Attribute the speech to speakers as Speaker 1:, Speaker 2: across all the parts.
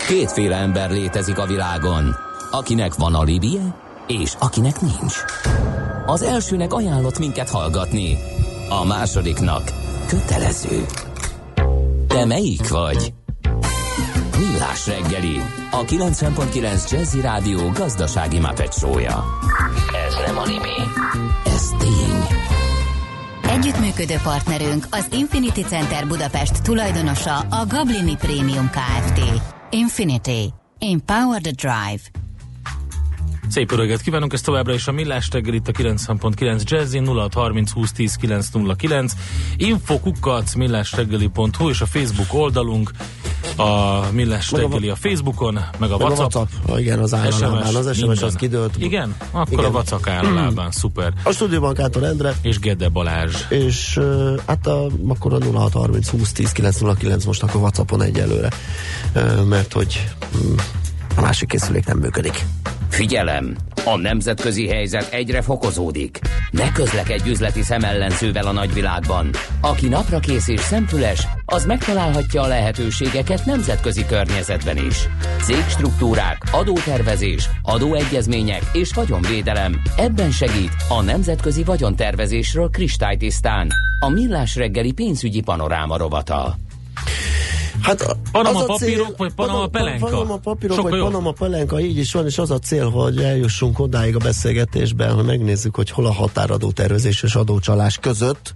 Speaker 1: Kétféle ember létezik a világon, akinek van alibije, és akinek nincs. Az elsőnek ajánlott minket hallgatni, a másodiknak kötelező. Te melyik vagy? Millás reggeli, a 90.9 Jazzy Rádió gazdasági Muppet show-ja. Ez nem anime, ez tény.
Speaker 2: Együttműködő partnerünk az Infinity Center Budapest tulajdonosa a Gablini Premium Kft. Infinity. Empower the Drive.
Speaker 3: Szép öreget kívánunk, ez továbbra is a Millás reggel itt a 90.9 Jazzin, 0630 20 10 909, info@millásreggeli.hu és a Facebook oldalunk, a Millás reggeli a Facebookon, meg a WhatsApp.
Speaker 4: Igen, az állalában, az SMS az kidőlt.
Speaker 3: Igen? Akkor igen. A WhatsApp állalában, szuper.
Speaker 4: A stúdióban Kántor Endre.
Speaker 3: És Gede Balázs.
Speaker 4: És akkor a 0630 20 10 909 most akkor WhatsAppon egyelőre, mert hogy a másik készülék nem működik.
Speaker 1: Figyelem! A nemzetközi helyzet egyre fokozódik. Ne közlekedj üzleti szemellenzővel a nagyvilágban. Aki naprakész és szemfüles, az megtalálhatja a lehetőségeket nemzetközi környezetben is. Cégstruktúrák, adótervezés, adóegyezmények és vagyonvédelem. Ebben segít a nemzetközi vagyontervezésről kristálytisztán. A Millás reggeli pénzügyi panoráma rovata.
Speaker 4: Hát
Speaker 3: Panama papírok, vagy Panama pelenka?
Speaker 4: Panama papírok, vagy Panama pelenka, így is van, és az a cél, hogy eljussunk odáig a beszélgetésben, hogy megnézzük, hogy hol a határadó tervezés és adócsalás között,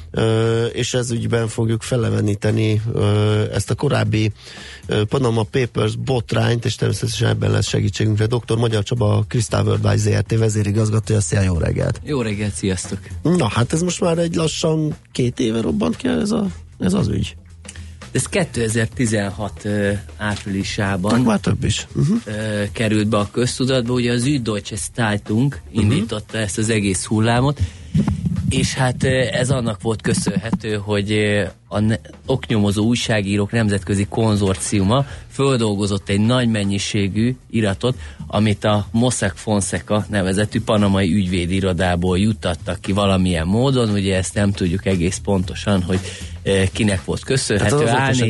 Speaker 4: és ez ügyben fogjuk feleveníteni ezt a korábbi Panama Papers botrányt, és természetesen ebben lesz segítségünkre Dr. Magyar Csaba, a Crystal Worldwide ZRT vezérigazgatója. Szia, jó reggelt!
Speaker 5: Jó reggelt, sziasztok!
Speaker 4: Na, hát ez most már egy lassan 2 éve robbant ki ez az ügy.
Speaker 5: Ez 2016 áprilisában
Speaker 4: már több is.
Speaker 5: Került be a köztudatba, ugye az Süddeutsche Zeitung indította ezt az egész hullámot, és hát ez annak volt köszönhető, hogy a oknyomozó újságírók nemzetközi konzorciuma földolgozott egy nagy mennyiségű iratot, amit a Mossack Fonseca nevezetű panamai ügyvédirodából juttattak ki valamilyen módon, ugye ezt nem tudjuk egész pontosan, hogy kinek volt köszönhető,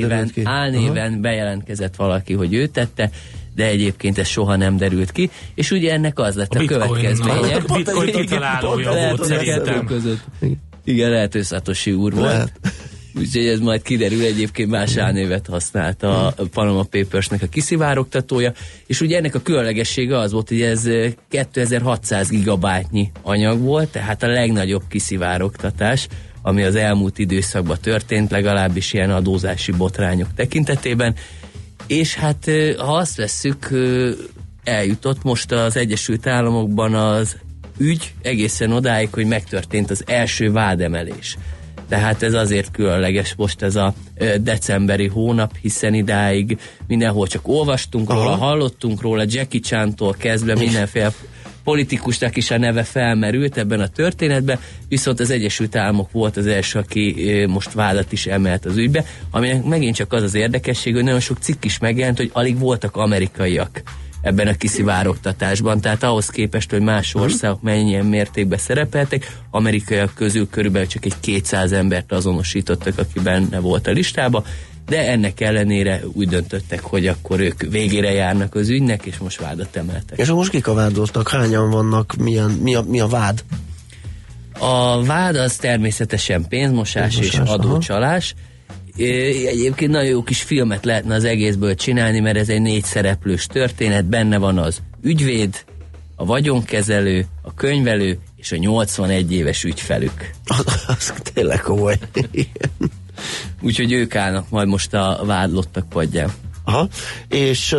Speaker 5: álnéven bejelentkezett valaki, hogy ő tette, de egyébként ez soha nem derült ki, és ugye ennek az lett a következménye.
Speaker 3: A Bitcoin kitalálója volt szerintem.
Speaker 5: Igen, lehet, hogy Satoshi úr volt. Úgyhogy ez majd kiderül, egyébként más álnévet használta a Panama Papersnek a kiszivárogtatója, és ugye ennek a különlegessége az volt, hogy ez 2600 gigabájtnyi anyag volt, tehát a legnagyobb kiszivárogtatás, ami az elmúlt időszakban történt, legalábbis ilyen adózási botrányok tekintetében, és hát ha azt vesszük, eljutott most az Egyesült Államokban az ügy egészen odáig, hogy megtörtént az első vádemelés. Tehát ez azért különleges most ez a decemberi hónap, hiszen idáig mindenhol csak olvastunk róla, hallottunk róla, Jackie Chan-tól kezdve mindenféle politikusnak is a neve felmerült ebben a történetben, viszont az Egyesült Államok volt az első, aki most vádat is emelt az ügybe, aminek megint csak az az érdekesség, hogy nagyon sok cikk is megjelent, hogy alig voltak amerikaiak ebben a kiszivárogtatásban, tehát ahhoz képest, hogy más országok mennyien mértékben szerepeltek, amerikaiak közül körülbelül csak egy 200 embert azonosítottak, aki benne volt a listában, de ennek ellenére úgy döntöttek, hogy akkor ők végére járnak az ügynek, és most vádat emeltek. És
Speaker 4: most kik a vádoltak? Hányan vannak? Mi a vád?
Speaker 5: A vád az természetesen pénzmosás és adócsalás. Egyébként nagyon jó kis filmet lehetne az egészből csinálni, mert ez egy 4 szereplős történet, benne van az ügyvéd, a vagyonkezelő, a könyvelő és a 81 éves ügyfelük.
Speaker 4: Az tényleg komoly.
Speaker 5: Úgyhogy ők állnak majd most a vádlottak padján.
Speaker 4: Aha, és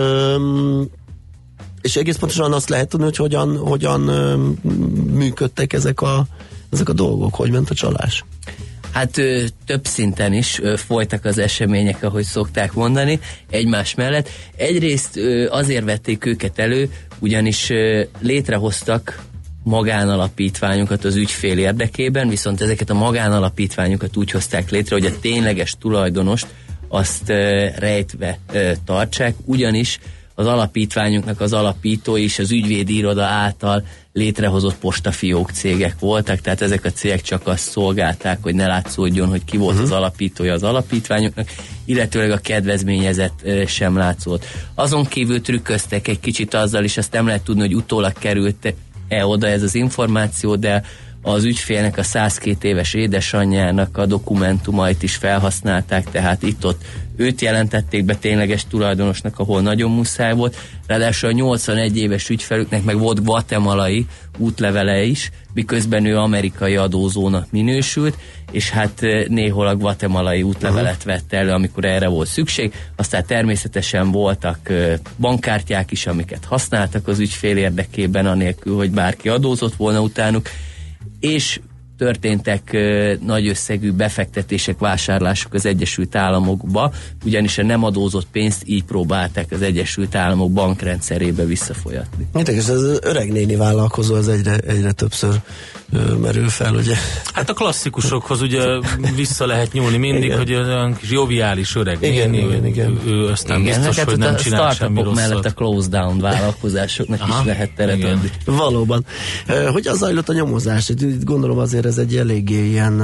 Speaker 4: egész pontosan azt lehet tudni, hogy hogyan működtek ezek a dolgok, hogy ment a csalás?
Speaker 5: Hát több szinten is folytak az események, ahogy szokták mondani, egymás mellett. Egyrészt azért vették őket elő, ugyanis létrehoztak magánalapítványokat az ügyfél érdekében, viszont ezeket a magánalapítványokat úgy hozták létre, hogy a tényleges tulajdonost azt rejtve tartsák, ugyanis az alapítványoknak az alapítói és az ügyvédi iroda által létrehozott postafiók cégek voltak, tehát ezek a cégek csak azt szolgálták, hogy ne látszódjon, hogy ki volt az alapítója az alapítványoknak, illetőleg a kedvezményezett sem látszott. Azon kívül trükköztek egy kicsit azzal, és azt nem lehet tudni, hogy utólag került-e oda ez az információ, de az ügyfélnek, a 102 éves édesanyjának a dokumentumait is felhasználták, tehát itt-ott őt jelentették be tényleges tulajdonosnak, ahol nagyon muszáj volt. Ráadásul a 81 éves ügyfelüknek meg volt guatemalai útlevele is, miközben ő amerikai adózónak minősült, és hát néhol a guatemalai útlevelet vette elő, amikor erre volt szükség. Aztán természetesen voltak bankkártyák is, amiket használtak az ügyfél érdekében, anélkül, hogy bárki adózott volna utánuk, és történtek nagy összegű befektetések, vásárlások az Egyesült Államokba, ugyanis a nem adózott pénzt így próbálták az Egyesült Államok bankrendszerébe visszafolyatni.
Speaker 4: Ez az öreg néni vállalkozó az egyre többször merül fel, ugye?
Speaker 3: Hát a klasszikusokhoz ugye vissza lehet nyúlni mindig, igen, hogy olyan kis joviális öreg néni,
Speaker 4: igen.
Speaker 3: Ő aztán biztos,
Speaker 5: hát
Speaker 3: hogy nem csinál semmi rosszat.
Speaker 5: Mellett a close down vállalkozásoknak is lehet teret adni.
Speaker 4: Valóban. Hogyan zajlott a nyomozás? Itt gondolom azért ez egy eléggé ilyen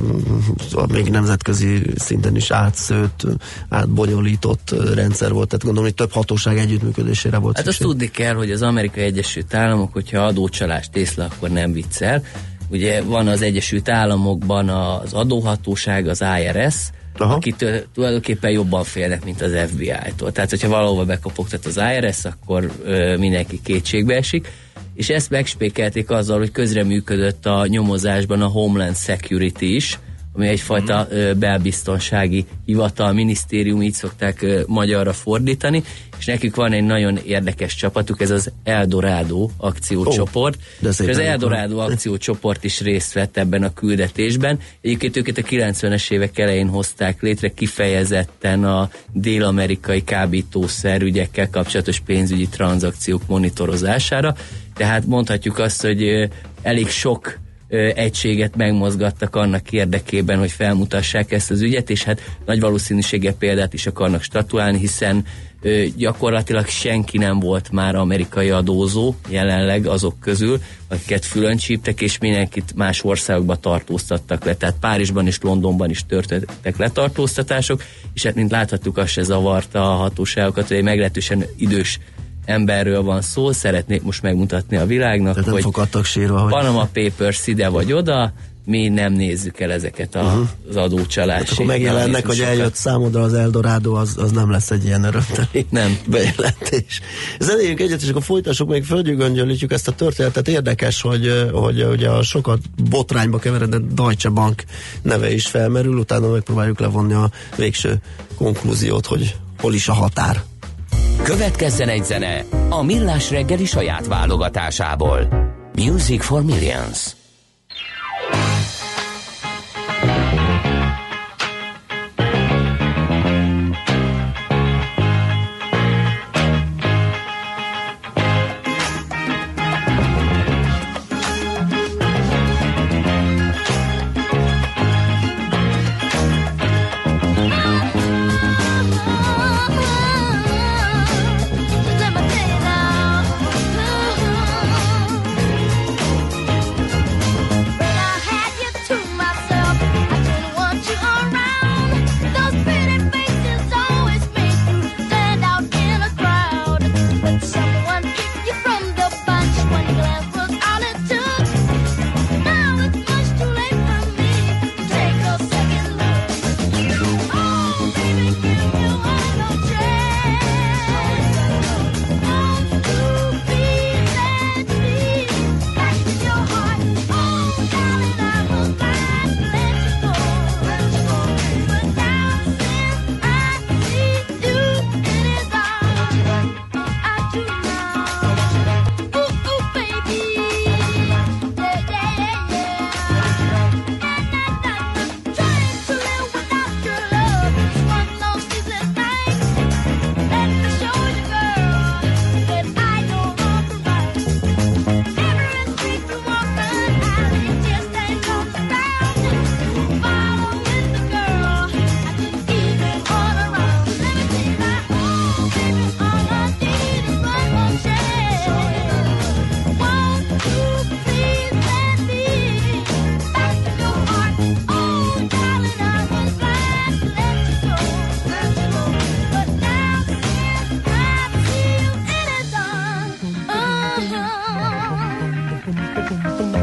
Speaker 4: még nemzetközi szinten is átszőtt, átbonyolított rendszer volt, tehát gondolom, hogy több hatóság együttműködésére volt
Speaker 5: szükség. Hát azt tudni kell, hogy az Amerikai Egyesült Államok, hogyha adócsalást észlel, akkor nem viccel. Ugye van az Egyesült Államokban az adóhatóság, az IRS, akit tulajdonképpen jobban félnek, mint az FBI-tól. Tehát, hogyha valahova bekopogtat az IRS, akkor mindenki kétségbe esik, és ezt megspékelték azzal, hogy közreműködött a nyomozásban a Homeland Security is, ami egyfajta belbiztonsági hivatal, minisztérium, így szokták magyarra fordítani, és nekik van egy nagyon érdekes csapatuk, ez az Eldorado akciócsoport. És az Eldorado akciócsoport is részt vett ebben a küldetésben. Egyébként őket a 90-es évek elején hozták létre, kifejezetten a dél-amerikai kábítószer ügyekkel kapcsolatos pénzügyi tranzakciók monitorozására. Tehát mondhatjuk azt, hogy elég sok egységet megmozgattak annak érdekében, hogy felmutassák ezt az ügyet, és hát nagy valószínűséggel példát is akarnak statuálni, hiszen gyakorlatilag senki nem volt már amerikai adózó jelenleg azok közül, akiket fülön csíptek, és mindenkit más országokba tartóztattak le. Tehát Párizsban és Londonban is történtek letartóztatások, és hát mint láthattuk, az se zavarta a hatóságokat, hogy egy meglehetősen idős emberről van szó, szeretnék most megmutatni a világnak,
Speaker 4: tehát
Speaker 5: hogy
Speaker 4: fogadtak sírva, hogy
Speaker 5: Panama Papers ide vagy oda, mi nem nézzük el ezeket az adócsalási.
Speaker 4: Akkor megjelennek, hogy eljött számodra az Eldorado, az nem lesz egy ilyen örömteli bejelentés. Zenéljünk egyet, és akkor folytassuk, még földgyűgöngyölítjük ezt a történetet. Érdekes, hogy ugye a sokat botrányba keveredett Deutsche Bank neve is felmerül, utána megpróbáljuk levonni a végső konklúziót, hogy hol is a határ.
Speaker 1: Következzen egy zene a Millás reggeli saját válogatásából. Music for Millions.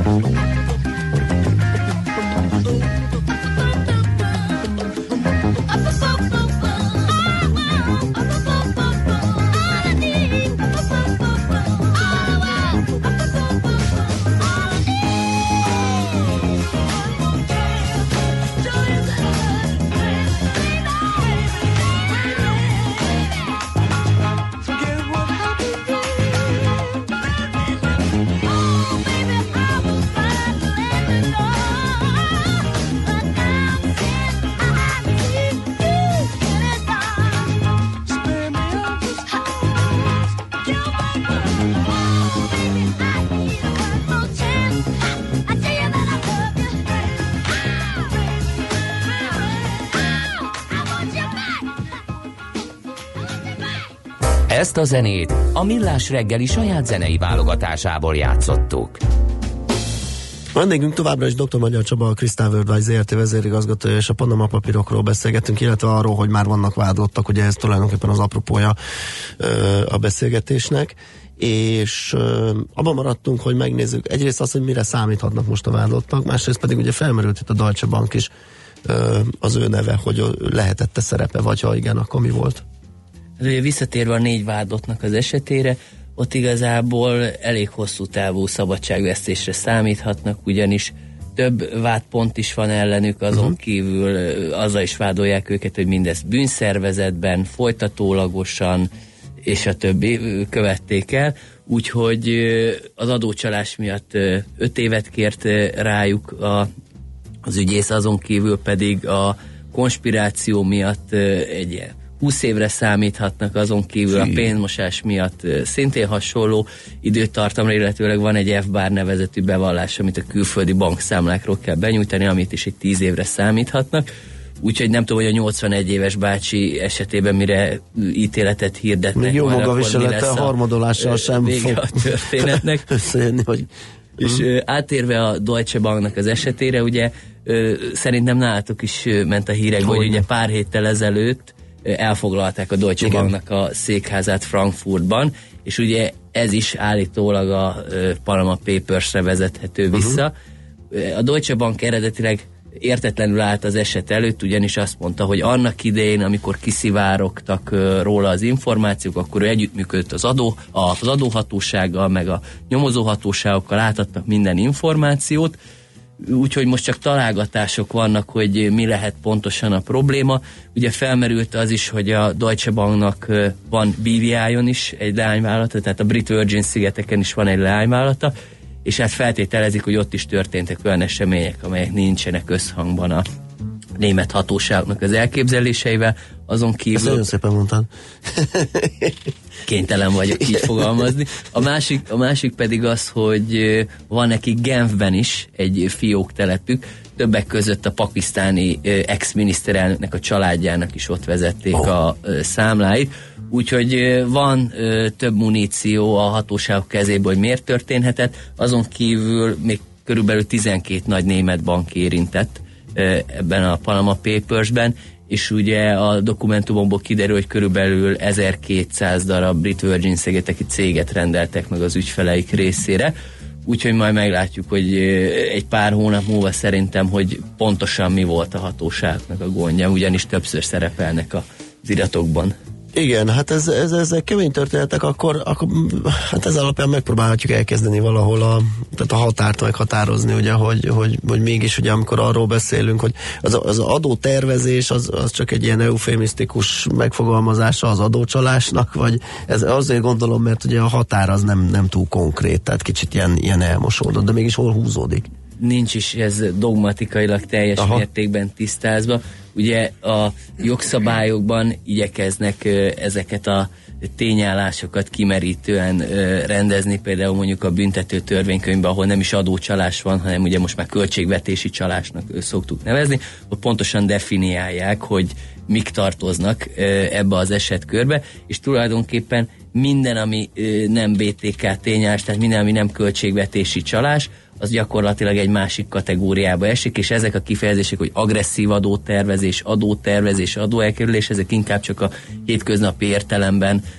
Speaker 1: Ezt a zenét a Millás reggeli saját zenei válogatásából játszottuk.
Speaker 4: Vendégünk továbbra is Dr. Magyar Csaba, a Crystal Worldwide ZRT vezérigazgatója, és a Panama papírokról beszélgetünk, illetve arról, hogy már vannak vádlottak, ugye ez tulajdonképpen az apropója a beszélgetésnek, és abban maradtunk, hogy megnézzük egyrészt azt, hogy mire számíthatnak most a vádlottak, másrészt pedig ugye felmerült itt a Deutsche Bank is, az ő neve, hogy lehetett-e szerepe, vagy ha igen, akkor mi volt?
Speaker 5: Visszatérve a 4 vádlottnak az esetére, ott igazából elég hosszú távú szabadságvesztésre számíthatnak, ugyanis több vádpont is van ellenük, azon kívül azzal is vádolják őket, hogy mindezt bűnszervezetben, folytatólagosan, és a többi követték el, úgyhogy az adócsalás miatt 5 évet kért rájuk az ügyész, azon kívül pedig a konspiráció miatt egy 20 évre számíthatnak, azon kívül a pénzmosás miatt szintén hasonló időtartamra, illetőleg van egy F-bár nevezetű bevallás, amit a külföldi bankszámlákról kell benyújtani, amit is egy 10 évre számíthatnak. Úgyhogy nem tudom, hogy a 81 éves bácsi esetében mire ítéletet hirdetnek.
Speaker 4: Még jó magaviselete a harmadolással sem fog
Speaker 5: a történetnek.
Speaker 4: összejönni, hogy...
Speaker 5: És átérve a Deutsche Banknak az esetére, ugye szerintem nálatok is ment a hírekből, hogy ugye pár héttel ezelőtt elfoglalták a Deutsche Banknak a székházát Frankfurtban, és ugye ez is állítólag a Panama Papers-re vezethető vissza. A Deutsche Bank eredetileg értetlenül állt az eset előtt, ugyanis azt mondta, hogy annak idején, amikor kiszivárogtak róla az információk, akkor ő együttműködött az adóhatósággal, meg a nyomozóhatóságokkal, átadtak minden információt, úgyhogy most csak találgatások vannak, hogy mi lehet pontosan a probléma. Ugye felmerült az is, hogy a Deutsche Banknak van BVI-on is egy leányvállalata, tehát a Brit Virgin szigeteken is van egy leányvállalata, és hát feltételezik, hogy ott is történtek olyan események, amelyek nincsenek összhangban a német hatóságoknak az elképzeléseivel. Azon kívül...
Speaker 4: Ezt nagyon szépen mondtad.
Speaker 5: Kénytelen vagyok így fogalmazni. A másik pedig az, hogy van neki Genfben is egy fióktelepük, többek között a pakisztáni ex-miniszterelnöknek a családjának is ott vezették a számláit. Úgyhogy van több muníció a hatóságok kezéből, hogy miért történhetett. Azon kívül még körülbelül 12 nagy német bank érintett ebben a Panama Papers-ben, és ugye a dokumentumokból kiderül, hogy körülbelül 1200 darab Brit Virgin szigeteki céget rendeltek meg az ügyfeleik részére. Úgyhogy majd meglátjuk, hogy egy pár hónap múlva szerintem, hogy pontosan mi volt a hatóságnak a gondja, ugyanis többször szerepelnek az iratokban.
Speaker 4: Igen, hát ezek kemény történetek, akkor hát ez alapján megpróbálhatjuk elkezdeni valahol tehát a határt meghatározni, ugye, hogy mégis ugye, amikor arról beszélünk, hogy az adótervezés az csak egy ilyen eufemisztikus megfogalmazása az adócsalásnak, vagy ez azért gondolom, mert ugye a határ az nem túl konkrét, tehát kicsit ilyen elmosódott, de mégis hol húzódik?
Speaker 5: Nincs is ez dogmatikailag teljes mértékben tisztázva. Ugye a jogszabályokban igyekeznek ezeket a tényállásokat kimerítően rendezni, például mondjuk a büntető törvénykönyvben, ahol nem is adócsalás van, hanem ugye most már költségvetési csalásnak szoktuk nevezni, hogy pontosan definiálják, hogy mik tartoznak ebbe az esetkörbe, és tulajdonképpen minden, ami nem BTK tényállás, tehát minden, ami nem költségvetési csalás, az gyakorlatilag egy másik kategóriába esik, és ezek a kifejezések, hogy agresszív adótervezés, adóelkerülés, ezek inkább csak a hétköznapi értelemben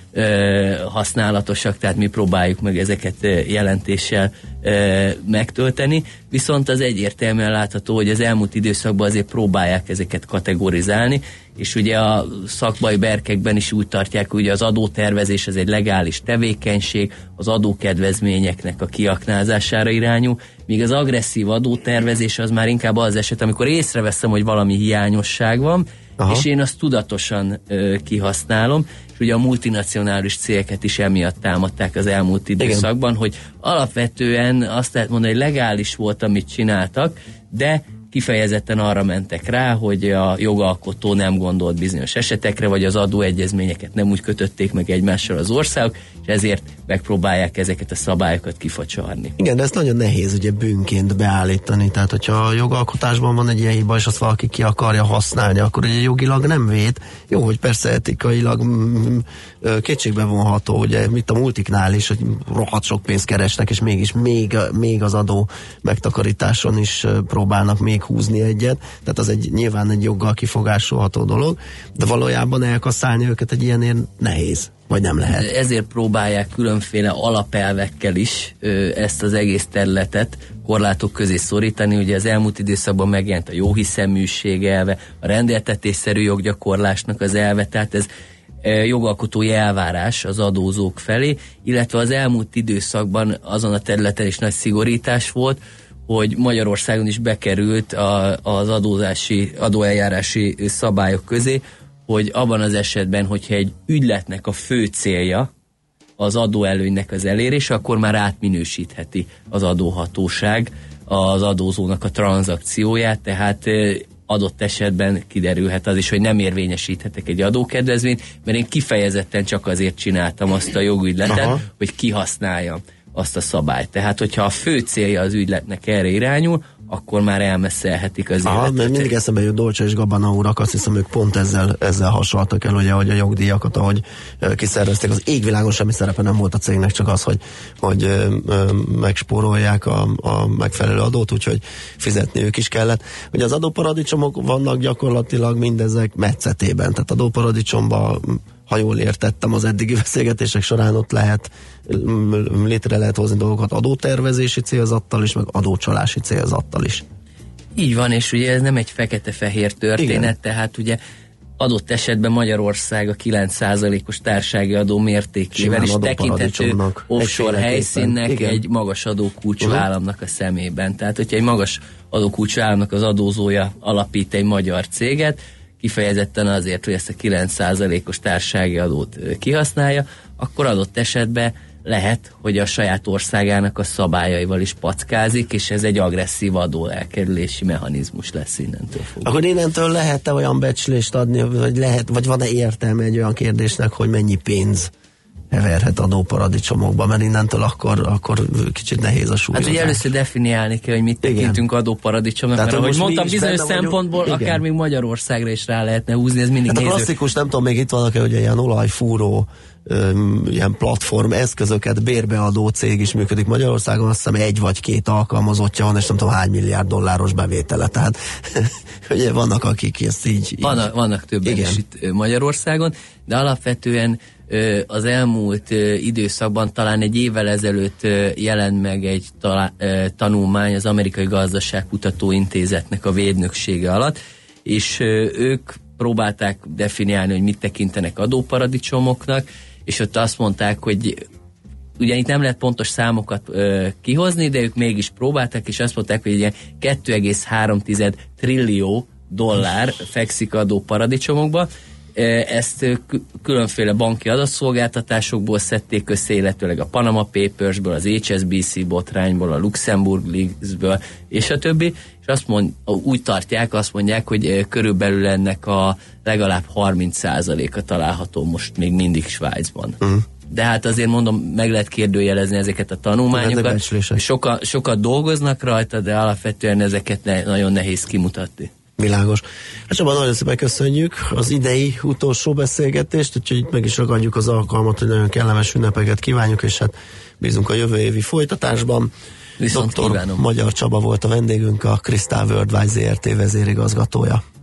Speaker 5: használatosak, tehát mi próbáljuk meg ezeket jelentéssel megtölteni, viszont az egyértelműen látható, hogy az elmúlt időszakban azért próbálják ezeket kategorizálni, és ugye a szakmai berkekben is úgy tartják, hogy az adótervezés az egy legális tevékenység, az adókedvezményeknek a kiaknázására irányul, míg az agresszív adótervezés az már inkább az eset, amikor észreveszem, hogy valami hiányosság van, és én azt tudatosan kihasználom, és ugye a multinacionális cégeket is emiatt támadták az elmúlt időszakban, hogy alapvetően azt lehet mondani, hogy legális volt, amit csináltak, de kifejezetten arra mentek rá, hogy a jogalkotó nem gondolt bizonyos esetekre, vagy az adóegyezményeket nem úgy kötötték meg egymással az országok, és ezért megpróbálják ezeket a szabályokat kifacsarni.
Speaker 4: Igen, de ezt nagyon nehéz ugye bűnként beállítani, tehát hogyha a jogalkotásban van egy ilyen hiba, és azt valaki ki akarja használni, akkor ugye jogilag nem véd. Jó, hogy persze etikailag kétségbe vonható, ugye mit a multiknál is, hogy rohadt sok pénzt keresnek, és mégis még az adó megtakarításon is próbálnak még húzni egyet, tehát az nyilván egy joggal kifogásolható dolog, de valójában elkasszálni őket egy ilyenért nehéz, vagy nem lehet.
Speaker 5: Ezért próbálják különféle alapelvekkel is ezt az egész területet korlátok közé szorítani. Ugye az elmúlt időszakban megjelent a jóhiszeműség elve, a rendeltetésszerű joggyakorlásnak az elve, tehát ez jogalkotói elvárás az adózók felé, illetve az elmúlt időszakban azon a területen is nagy szigorítás volt, hogy Magyarországon is bekerült az adóeljárási szabályok közé, hogy abban az esetben, hogyha egy ügyletnek a fő célja az adóelőnynek az elérése, akkor már átminősítheti az adóhatóság az adózónak a tranzakcióját, tehát adott esetben kiderülhet az is, hogy nem érvényesíthetek egy adókedvezményt, mert én kifejezetten csak azért csináltam azt a jogügyletet, hogy kihasználjam azt a szabályt. Tehát, hogyha a fő célja az ügyletnek erre irányul, akkor már elmesszelhetik az életet.
Speaker 4: Mert mindig eszembe jut Dolce és Gabbana urak, azt hiszem, ők pont ezzel hasonltak el, ugye, hogy a jogdíjakat, ahogy kiszervezték, az égvilágon semmi szerepe nem volt a cégnek, csak az, hogy megspórolják a megfelelő adót, úgyhogy fizetni ők is kellett. Ugye az adóparadicsomok vannak gyakorlatilag mindezek metszetében, tehát adóparadicsomban, ha jól értettem az eddigi beszélgetések során, ott létre lehet hozni dolgokat adótervezési célzattal is, meg adócsalási célzattal is.
Speaker 5: Így van, és ugye ez nem egy fekete-fehér történet, igen. Tehát ugye adott esetben Magyarország a 9%-os társasági adó mértékével is tekinthető offshore helyszínnek, igen. Egy magas adókulcsú államnak a szemében. Tehát, hogyha egy magas adókulcsú államnak az adózója alapít egy magyar céget, kifejezetten azért, hogy ezt a 9%-os társasági adót kihasználja, akkor adott esetben lehet, hogy a saját országának a szabályaival is packázik, és ez egy agresszív adó elkerülési mechanizmus lesz innentől fogva.
Speaker 4: Akkor innentől lehet-e olyan becslést adni, vagy van-e értelme egy olyan kérdésnek, hogy mennyi pénz heverhet adóparadicsomokba, mert innentől akkor kicsit nehéz a súlyozás.
Speaker 5: Hát ugye először definiálni kell, hogy mit tekintünk adóparadicsomnak, mert ahogy mondtam, bizonyos szempontból akár még Magyarországra is rá lehetne húzni, ez mindig
Speaker 4: hát a klasszikus, nem tudom, még itt vannak hogy ilyen olajfúró ilyen platform eszközöket bérbeadó cég is működik Magyarországon, azt hiszem 1 vagy 2 alkalmazottja van, és nem tudom hány milliárd dolláros bevétele, tehát ugye vannak akik ezt így...
Speaker 5: Vannak többen is itt Magyarországon, de alapvetően az elmúlt időszakban talán egy évvel ezelőtt jelent meg egy tanulmány az Amerikai Gazdaságkutató Intézetnek a védnöksége alatt, és ők próbálták definiálni, hogy mit tekintenek adóparadicsomoknak, és ott azt mondták, hogy ugyan itt nem lehet pontos számokat kihozni, de ők mégis próbálták, és azt mondták, hogy ilyen 2,3 trillió dollár fekszik adóparadicsomokba. Ezt különféle banki adatszolgáltatásokból szedték össze, illetőleg a Panama Papersből, az HSBC botrányból, a Luxemburg Leaksből, és a többi, és úgy tartják, azt mondják, hogy körülbelül ennek a legalább 30%-a található most még mindig Svájcban. De hát azért mondom, meg lehet kérdőjelezni ezeket a tanulmányokat. Sokat dolgoznak rajta, de alapvetően ezeket nagyon nehéz kimutatni.
Speaker 4: Világos. Hát Csaba, nagyon szépen köszönjük az idei utolsó beszélgetést, úgyhogy itt meg is ragadjuk az alkalmat, hogy nagyon kellemes ünnepeket kívánjuk, és hát bízunk a jövő évi folytatásban.
Speaker 5: Viszont
Speaker 4: Dr.
Speaker 5: kívánom.
Speaker 4: Magyar Csaba volt a vendégünk, a Crystal Worldwide ZRT vezérigazgatója.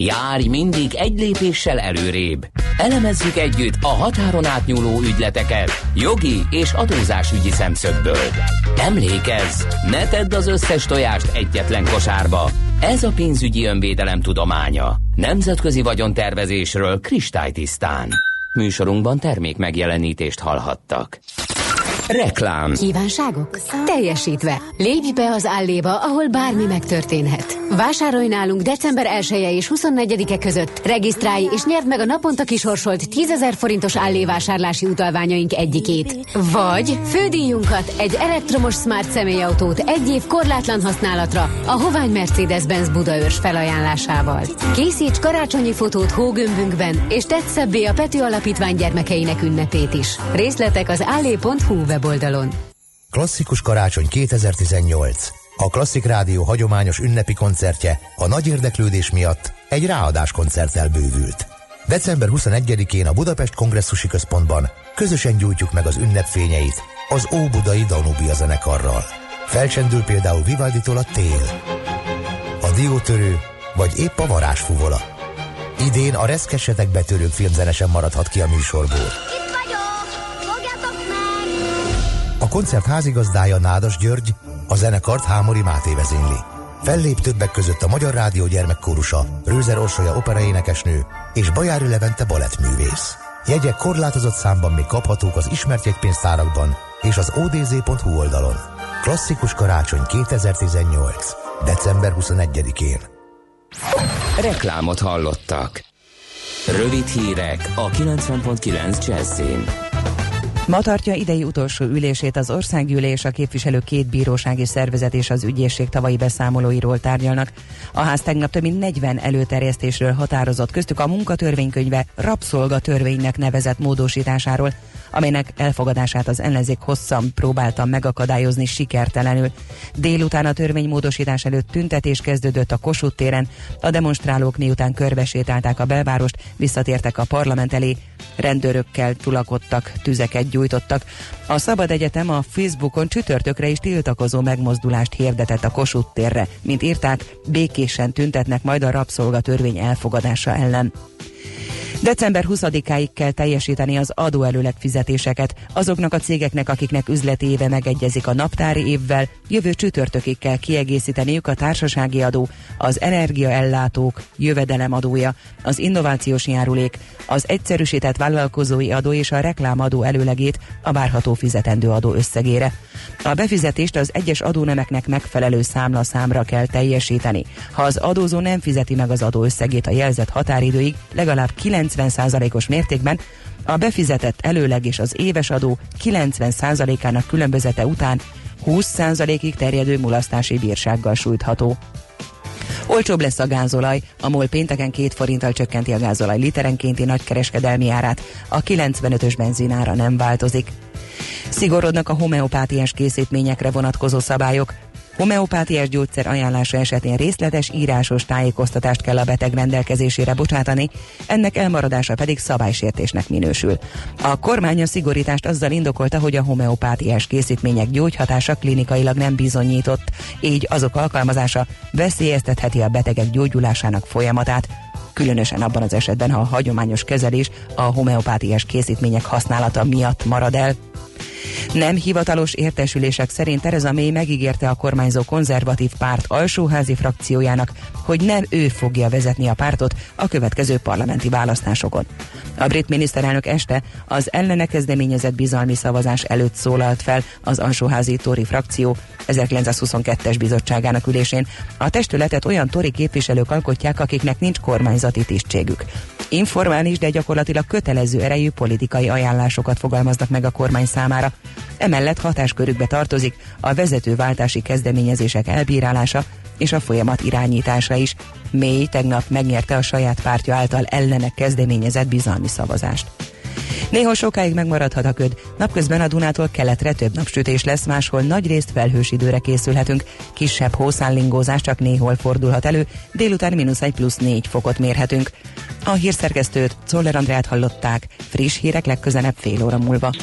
Speaker 1: Járj mindig egy lépéssel előrébb. Elemezzük együtt a határon átnyúló ügyleteket jogi és adózásügyi szemszögből. Emlékezz, ne tedd az összes tojást egyetlen kosárba. Ez a pénzügyi önvédelem tudománya. Nemzetközi vagyontervezésről kristálytisztán. Műsorunkban termék megjelenítést hallhattak. Reklám.
Speaker 6: Kívánságok? Teljesítve. Lépj be az Alléba, ahol bármi megtörténhet. Vásárolj nálunk december 1-e és 24-e között. Regisztrálj és nyerd meg a naponta kisorsolt 10 000 forintos Allé vásárlási utalványaink egyikét. Vagy fődíjunkat, egy elektromos smart személyautót 1 év korlátlan használatra a Hovány Mercedes-Benz Budaörs felajánlásával. Készíts karácsonyi fotót hógömbünkben, és tedd szebbé a Pető Alapítvány gyermekeinek ünnepét is. Részletek az allé.hu weboldalon.
Speaker 7: Klasszikus karácsony 2018. A Klasszik Rádió hagyományos ünnepi koncertje a nagy érdeklődés miatt egy ráadás koncerttel bővült. December 21-én a Budapest Kongresszusi Központban közösen gyújtjuk meg az ünnepfényeit az Óbudai Danubia zenekarral. Felcsendül például Vivalditól a Tél, a Diótörő vagy épp a Varázsfuvola. Idén a Reszkesetek betörők filmzene sem maradhat ki a műsorból. A koncert házigazdája Nádas György, a zenekart Hámori Máté vezényli. Fellép többek között a Magyar Rádió gyermekkórusa, Rőzer Orsolya operaénekesnő és Bajári Levente balettművész. Jegyek korlátozott számban még kaphatók az ismert jegypénztárakban és az odz.hu oldalon. Klasszikus karácsony 2018. december 21-én.
Speaker 1: Reklámot hallottak. Rövid hírek a 90.9 Jazzin.
Speaker 8: Ma tartja idei utolsó ülését az Országgyűlés, a képviselők 2 bírósági szervezet és az ügyészség tavalyi beszámolóiról tárgyalnak. A ház tegnap több mint 40 előterjesztésről határozott, köztük a munkatörvénykönyve rabszolgatörvénynek nevezett módosításáról, amelynek elfogadását az ellenzék hosszan próbálta megakadályozni sikertelenül. Délután a törvénymódosítás előtt tüntetés kezdődött a Kossuth téren, a demonstrálók miután körbesétálták a belvárost, visszatértek a parlament elé, rendőrökkel tulakodtak, tüzeket gyújtottak. A Szabad Egyetem a Facebookon csütörtökre is tiltakozó megmozdulást hirdetett a Kossuth térre. Mint írták, békésen tüntetnek majd a rabszolgatörvény elfogadása ellen. December 20-áig kell teljesíteni az adóelőleg fizetéseket. Azoknak a cégeknek, akiknek üzleti éve megegyezik a naptári évvel, jövő csütörtökig kell kiegészíteniük a társasági adó, az energiaellátók jövedelemadója, az innovációs járulék, az egyszerűsített vállalkozói adó és a reklámadó előlegét a várható fizetendő adó összegére. A befizetést az egyes adónemeknek megfelelő számlaszámra kell teljesíteni. Ha az adózó nem fizeti meg az adó összegét a jelzett határidőig, legalább 90%-os mértékben, a befizetett előleg és az éves adó 90%-ának különbözete után 20%-ig terjedő mulasztási bírsággal sújtható. Olcsóbb lesz a gázolaj, a MOL pénteken 2 forinttal csökkenti a gázolaj literenkénti nagykereskedelmi árát, a 95-ös benzinára nem változik. Szigorodnak a homeopátiás készítményekre vonatkozó szabályok. Homeopátiás gyógyszer ajánlása esetén részletes írásos tájékoztatást kell a beteg rendelkezésére bocsátani, ennek elmaradása pedig szabálysértésnek minősül. A kormány a szigorítást azzal indokolta, hogy a homeopátiás készítmények gyógyhatása klinikailag nem bizonyított, így azok alkalmazása veszélyeztetheti a betegek gyógyulásának folyamatát, különösen abban az esetben, ha a hagyományos kezelés a homeopátiás készítmények használata miatt marad el. Nem hivatalos értesülések szerint Theresa May megígérte a kormányzó konzervatív párt alsóházi frakciójának, hogy nem ő fogja vezetni a pártot a következő parlamenti választásokon. A brit miniszterelnök este az ellene kezdeményezett bizalmi szavazás előtt szólalt fel az alsóházi Tory frakció 1922-es bizottságának ülésén. A testületet olyan Tory képviselők alkotják, akiknek nincs kormányzati tisztségük. Informális, de gyakorlatilag kötelező erejű politikai ajánlásokat fogalmaznak meg a kormány számára. Emellett hatáskörükbe tartozik a vezetőváltási kezdeményezések elbírálása és a folyamat irányítása is. May tegnap megnyerte a saját pártja által ellene kezdeményezett bizalmi szavazást. Néhol sokáig megmaradhat a köd, napközben a Dunától keletre több napsütés lesz, máshol nagyrészt felhős időre készülhetünk, kisebb hószánlingózás csak néhol fordulhat elő, délután -1 +4 fokot mérhetünk. A hírszerkesztőt, Czoller Andrát hallották, friss hírek legközelebb fél óra múlva.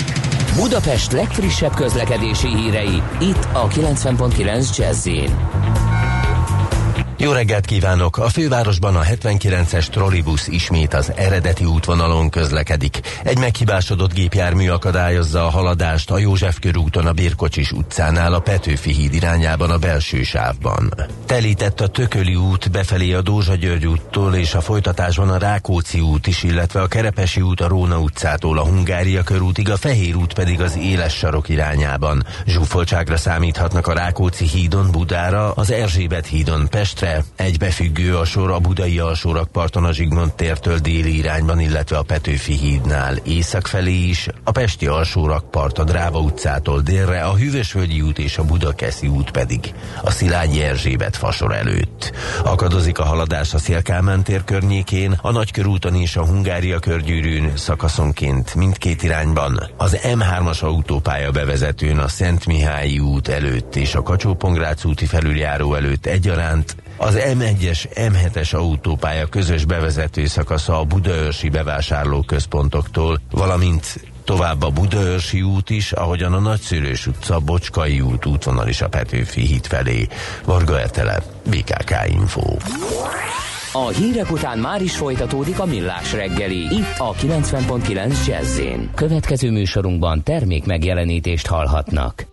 Speaker 1: Budapest legfrissebb közlekedési hírei, itt a 90.9 Jazz-in.
Speaker 9: Jó reggelt kívánok! A fővárosban a 79-es trollibusz ismét az eredeti útvonalon közlekedik. Egy meghibásodott gépjármű akadályozza a haladást a József körúton a Birkocsis utcánál a Petőfi híd irányában a belső sávban. Telített a Tököli út befelé a Dózsa-György úttól és a folytatásban a Rákóczi út is, illetve a Kerepesi út a Róna utcától a Hungária körútig, a Fehér út pedig az Éles sarok irányában. Zsúfoltságra számíthatnak a Rákóczi hídon Budára, az Erzsébet hídon Pestre, egybefüggő a sor a budai alsórakparton a Zsigmond tértől déli irányban, illetve a Petőfi hídnál észak felé is, a pesti alsórakpart a Dráva utcától délre, a Hűvösvölgyi út és a Budakeszi út pedig a Szilágyi Erzsébet fasor előtt. Akadozik a haladás a Széll-Kálmán tér környékén, a Nagykörúton és a Hungária körgyűrűn szakaszonként mindkét irányban, az M3-as autópálya bevezetőn a Szentmihályi út előtt és a Kacsó-Pongrác úti felüljáró előtt egyaránt, az M1-es, M7-es autópálya közös bevezető szakasza a budaörsi bevásárlóközpontoktól, valamint tovább a Budaörsi út is, ahogyan a Nagyszülős utca, Bocskai út útvonal is a Petőfi híd felé. Varga Ertele, BKK Info.
Speaker 1: A hírek után már is folytatódik a Millás reggeli, itt a 90.9 Jazz-én. Következő műsorunkban termék megjelenítést hallhatnak.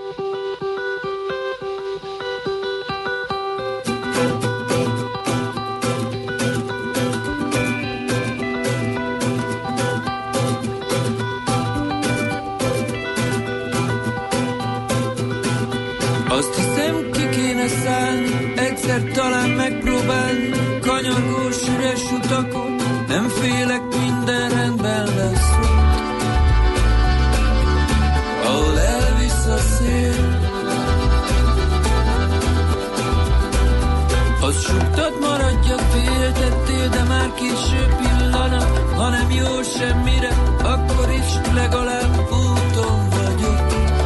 Speaker 10: Azt hiszem, ki kéne szállni, egyszer talán megpróbálni, kanyargós üres utakon, nem félek, minden rendben lesz ott. Ahol elvisz a szél, az suktad, maradjak, féltettél, de már késő pillanat, ha nem jó semmire, akkor is legalább úton vagyok.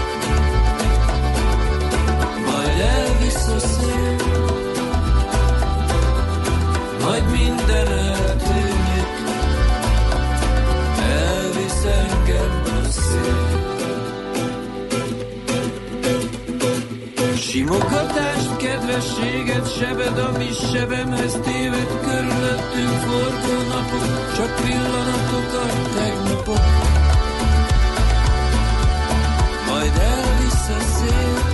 Speaker 10: Elvisz a szél, majd minden eltűnik, elvisz engem a szél. Simogatást, kedvességet, sebed, ami sebemhez téved, körülöttünk forgó napok, csak pillanatokat, tegnapok. Majd elvisz a szél,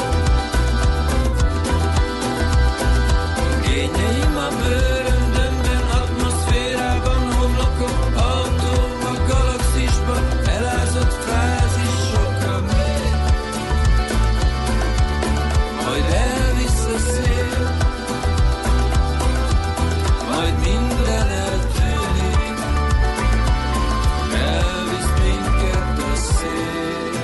Speaker 10: kényeim a bőröndömben, atmoszférában, homlokok, autóm a galaxisban, elázott frázisokra megy. Majd elvisz a szél, majd minden eltűnik, elvisz minket a szél.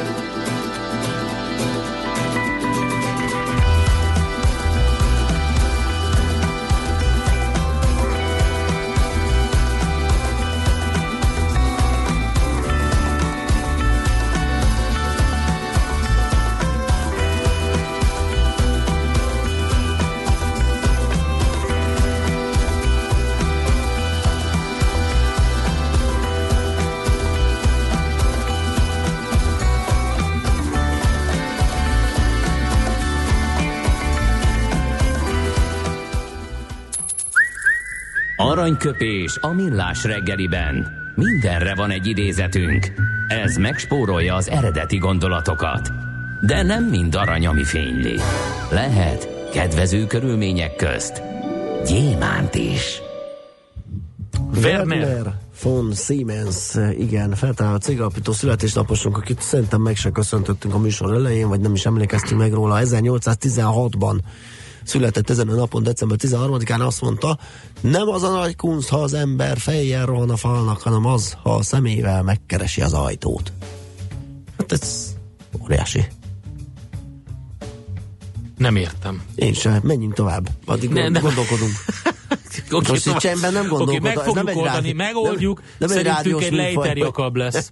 Speaker 1: Aranyköpés a Millás reggeliben. Mindenre van egy idézetünk. Ez megspórolja az eredeti gondolatokat. De nem mind arany, ami fényli. Lehet kedvező körülmények közt gyémánt is.
Speaker 4: Werner von Siemens, igen, feltaláló cégalapító születésnaposunk, akit szerintem meg se köszöntöttünk a műsor elején, vagy nem is emlékeztünk meg róla. 1816-ban született ezen a napon, december 13-án, azt mondta, nem az a nagy kunst, ha az ember fejjel rohan a falnak, hanem az, ha a szemével megkeresi az ajtót. Hát ez óriási.
Speaker 3: Nem értem.
Speaker 4: Én sem, menjünk tovább. Addig gondolkodunk. Most itt csendben nem gondolkodunk.
Speaker 3: Meg fogjuk oldani, megoldjuk, szerintünk egy Leiter Jakab lesz.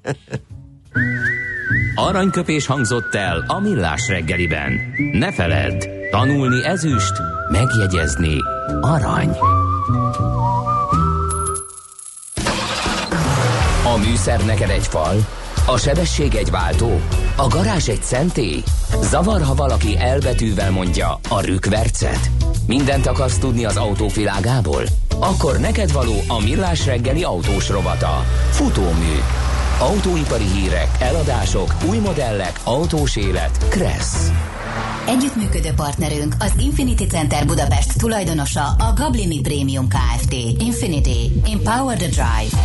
Speaker 1: Aranyköpés hangzott el a Millás reggeliben. Ne feledd, tanulni ezüst, megjegyezni arany. A műszer neked egy fal, a sebesség egy váltó, a garázs egy szentély. Zavar, ha valaki elbetűvel mondja a rükvercet. Mindent akarsz tudni az autók világából? Akkor neked való a Millás reggeli autós rovata. Futómű. Autóipari hírek, eladások, új modellek, autós élet. Kressz.
Speaker 2: Együttműködő partnerünk az Infinity Center Budapest tulajdonosa a Gablini Premium Kft. Infinity. Empower the Drive.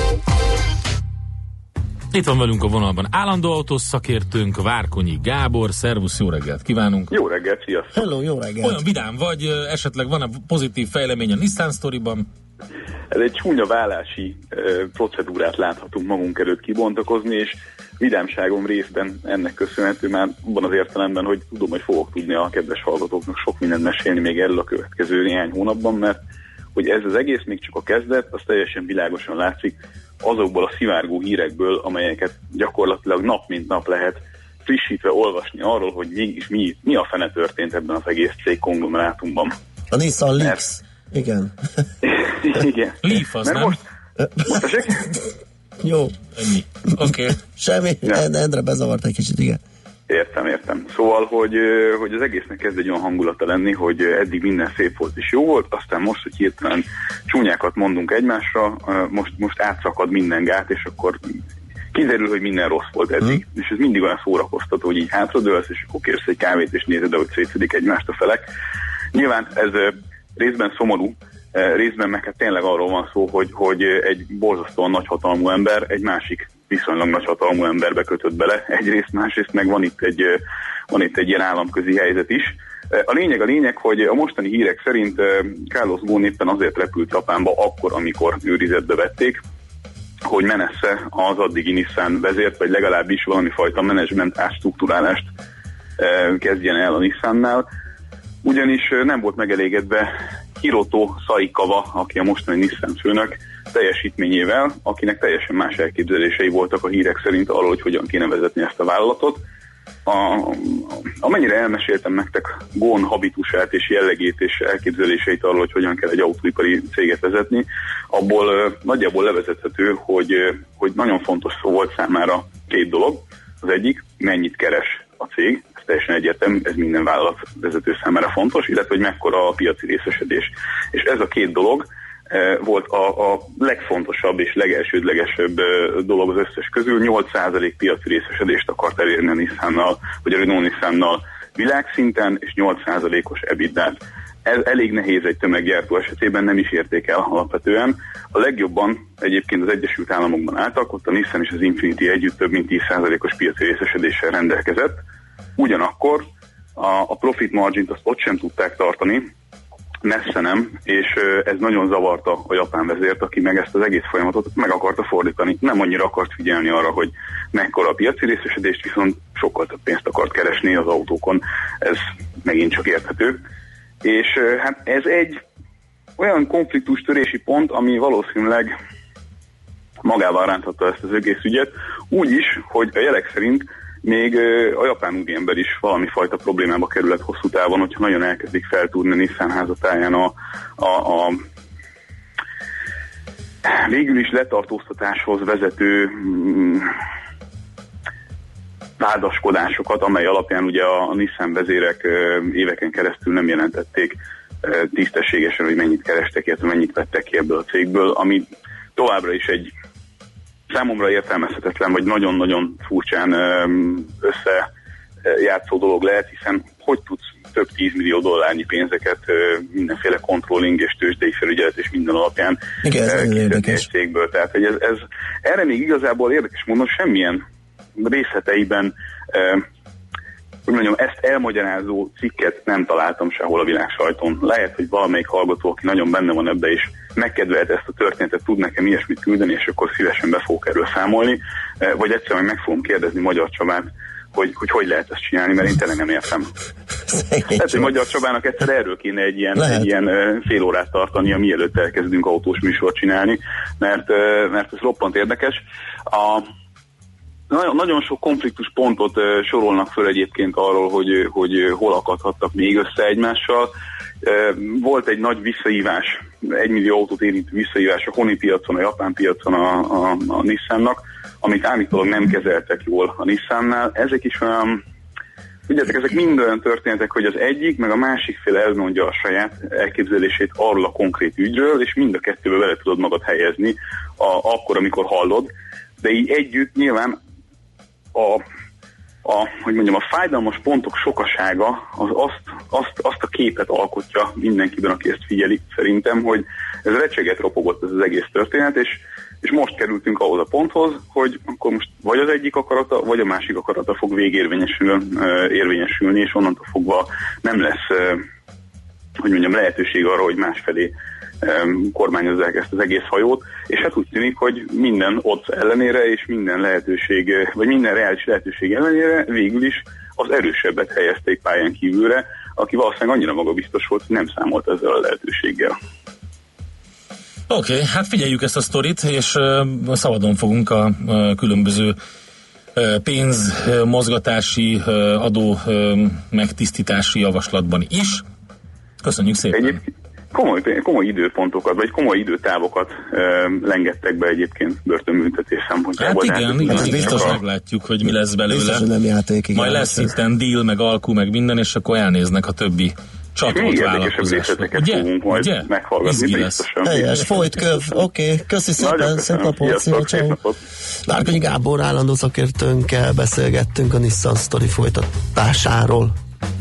Speaker 3: Itt van velünk a vonalban állandó autós szakértőnk, Várkonyi Gábor. Szervusz, jó reggelt kívánunk!
Speaker 11: Jó reggelt, sziasztok!
Speaker 4: Hello, jó reggelt!
Speaker 3: Olyan vidám vagy, esetleg van-e pozitív fejlemény a Nissan Storyban?
Speaker 11: Ez egy csúnya vállási procedúrát láthatunk magunk előtt kibontakozni, és vidámságom részben ennek köszönhető, már abban az értelemben, hogy tudom, hogy fogok tudni a kedves hallgatóknak sok mindent mesélni még erről a következő néhány hónapban, mert hogy ez az egész még csak a kezdet, az teljesen világosan látszik azokból a szivárgó hírekből, amelyeket gyakorlatilag nap mint nap lehet frissítve olvasni arról, hogy mégis mi a fene történt ebben az egész cég konglomerátumban.
Speaker 4: A Nissan Leafs. Igen.
Speaker 11: Igen.
Speaker 3: Leaf az, nem?
Speaker 11: Most
Speaker 4: jó.
Speaker 3: Ennyi. Oké. Okay.
Speaker 4: Semmi. Endre bezavart egy kicsit, igen.
Speaker 11: Értem. Szóval, hogy az egésznek kezd egy olyan hangulata lenni, hogy eddig minden szép volt és jó volt, aztán most, hogy hirtelen csúnyákat mondunk egymásra, most átszakad minden gát, és akkor kiderül, hogy minden rossz volt eddig. És ez mindig olyan szórakoztató, hogy így hátradőlsz, és akkor kérsz egy kávét, és nézed, ahogy szétszedik egymást a felek. Nyilván ez részben szomorú, részben meg hát tényleg arról van szó, hogy egy borzasztóan nagyhatalmú ember egy másik viszonylag nagyhatalmú emberbe kötött bele egyrészt, másrészt meg van itt egy ilyen államközi helyzet is. A lényeg, hogy a mostani hírek szerint Carlos Ghosn éppen azért repült Japánba akkor, amikor őrizetbe vették, hogy menesse az addigi Nissan vezért, vagy legalábbis valami fajta menedzsment átstruktúrálást kezdjen el a Nissannál, ugyanis nem volt megelégedve Hiroto Saikawa, aki a mostani Nissan főnök teljesítményével, akinek teljesen más elképzelései voltak a hírek szerint arról, hogy hogyan kéne vezetni ezt a vállalatot. Amennyire elmeséltem nektek Ghosn habitusát és jellegét és elképzeléseit arról, hogy hogyan kell egy autóipari céget vezetni, abból nagyjából levezethető, hogy nagyon fontos szó volt számára két dolog. Az egyik, mennyit keres a cég, ez teljesen egyértelmű, ez minden vállalatvezető számára fontos, illetve hogy mekkora a piaci részesedés. És ez a két dolog volt a legfontosabb és legelsődlegesebb dolog az összes közül. 8% piaci részesedést akart elérni a Nissannal, vagy a Renault Nissannal világszinten, és 8%-os EBITDA-t. Ez elég nehéz egy tömeggyártó esetében, nem is érték el alapvetően. A legjobban egyébként az Egyesült Államokban álltak, ott a Nissan és az Infinity együtt több mint 10%-os piaci részesedéssel rendelkezett. Ugyanakkor a profit margint azt ott sem tudták tartani, messze nem, és ez nagyon zavarta a japán vezért, aki meg ezt az egész folyamatot meg akarta fordítani. Nem annyira akart figyelni arra, hogy mekkora a piaci részesedést, viszont sokkal több pénzt akart keresni az autókon. Ez megint csak érthető. És hát ez egy olyan konfliktus törési pont, ami valószínűleg magával ránthatta ezt az egész ügyet, úgy is, hogy a jelek szerint még a japán úriember is valami fajta problémába kerülhet hosszú távon, hogyha nagyon elkezdik feltúrni a Nissan házatáján a végül is letartóztatáshoz vezető vádaskodásokat, amely alapján ugye a Nissan vezérek éveken keresztül nem jelentették tisztességesen, hogy mennyit kerestek, illetve mennyit vettek ki ebből a cégből, ami továbbra is egy számomra értelmezhetetlen, vagy nagyon-nagyon furcsán összejátszó dolog lehet, hiszen hogy tudsz több 10 millió dollárnyi pénzeket mindenféle controlling és tőzsdei felügyelet és minden alapján kiszedni egy cégből. Tehát hogy ez erre még igazából érdekes módon semmilyen részleteiben hogy mondjam, ezt elmagyarázó cikket nem találtam sehol a világ sajton. Lehet, hogy valamelyik hallgató, aki nagyon benne van ebbe, és megkedvelte ezt a történetet, tud nekem ilyesmit küldeni, és akkor szívesen be fogok erről számolni, vagy egyszerűen meg fogom kérdezni Magyar Csabát, hogy lehet ezt csinálni, mert én tényleg nem értem. Tehát, hogy Magyar Csabának egyszer erről kéne egy ilyen fél órát tartania, mielőtt elkezdünk autós műsort csinálni, mert ez roppant érdekes. Nagyon sok konfliktus pontot sorolnak föl egyébként arról, hogy hol akadhattak még össze egymással. Volt egy nagy visszahívás, 1 millió autót érintő visszahívás a honi piacon, a japán piacon a Nissannak, amit állítólag nem kezeltek jól a Nissannál. Ezek is olyan Tudjátok, ezek mind olyan történetek, hogy az egyik, meg a másik fél elmondja a saját elképzelését arról a konkrét ügyről, és mind a kettőbe vele tudod magad helyezni akkor, amikor hallod. De így együtt nyilván a fájdalmas pontok sokasága azt a képet alkotja mindenkiben, aki ezt figyeli, szerintem, hogy ez recseget ropogott ez az egész történet, és most kerültünk ahhoz a ponthoz, hogy akkor most vagy az egyik akarata, vagy a másik akarata fog végérvényesülni, és onnantól fogva nem lesz, lehetőség arra, hogy másfelé kormányozzák ezt az egész hajót, és hát úgy tűnik, hogy minden odds ellenére, és minden lehetőség, vagy minden reális lehetőség ellenére végül is az erősebbet helyezték pályán kívülre, aki valószínűleg annyira magabiztos volt, hogy nem számolt ezzel a lehetőséggel.
Speaker 3: Oké, hát figyeljük ezt a sztorit, és szabadon fogunk a különböző pénzmozgatási, adó megtisztítási javaslatban is. Köszönjük szépen!
Speaker 11: Komoly időpontokat, vagy komoly időtávokat lengettek be egyébként börtönbüntetés szempontjából.
Speaker 3: Hát igen, ez biztos meglátjuk, hogy mi lesz belőle.
Speaker 4: Biztos, hogy nem játék, igen.
Speaker 3: Majd lesz itten deal, meg alkú, meg minden, és akkor elnéznek a többi csatolt vállalkozásra.
Speaker 11: Ugye? Meghallgatni biztosan.
Speaker 4: Helyes, folyt köv. Oké, köszi szépen, szép napot, szia, ciao. Várkonyi Gábor állandó szakértőnkkel beszélgettünk a Nissan Story folytatásáról.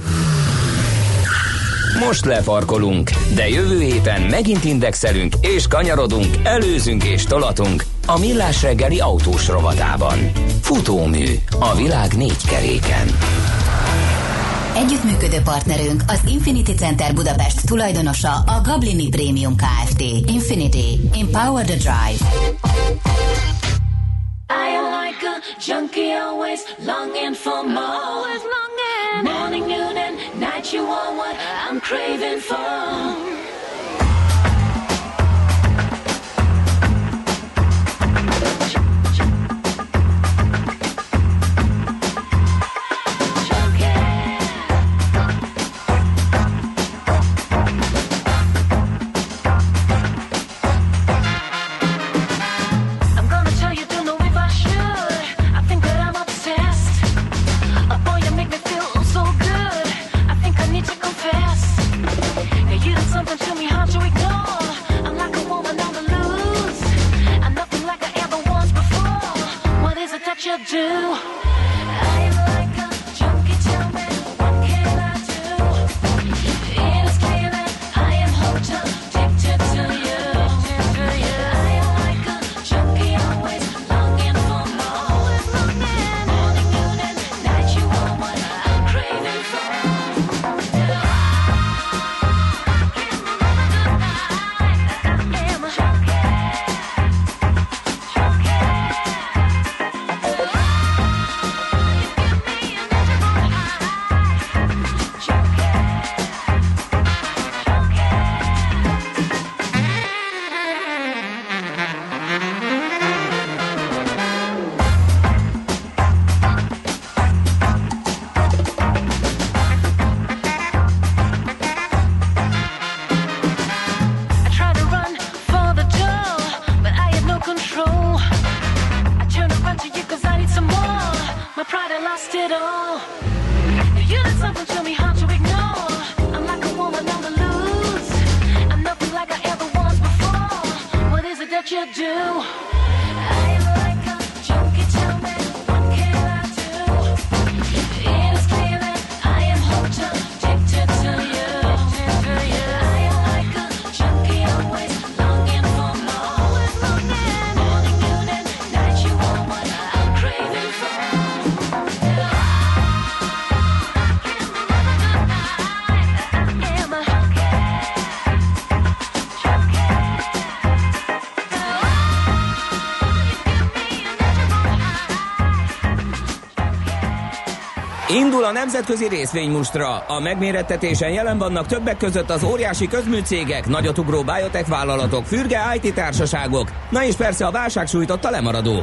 Speaker 1: Most lefarkolunk, de jövő héten megint indexelünk és kanyarodunk, előzünk és tolatunk a Millás reggeli autós rovatában. Futómű a világ 4 keréken.
Speaker 2: Együttműködő partnerünk az Infinity Center Budapest tulajdonosa a Gablini Premium Kft. Infinity. Empower the drive.
Speaker 12: I am like a junkie always longing for more. Morning, noon and night you are what I'm craving for.
Speaker 1: Indul a nemzetközi részvénymustra. A megmérettetésen jelen vannak többek között az óriási közműcégek, nagyotugró biotech vállalatok, fürge IT társaságok, na és persze a válság sújtotta lemaradók.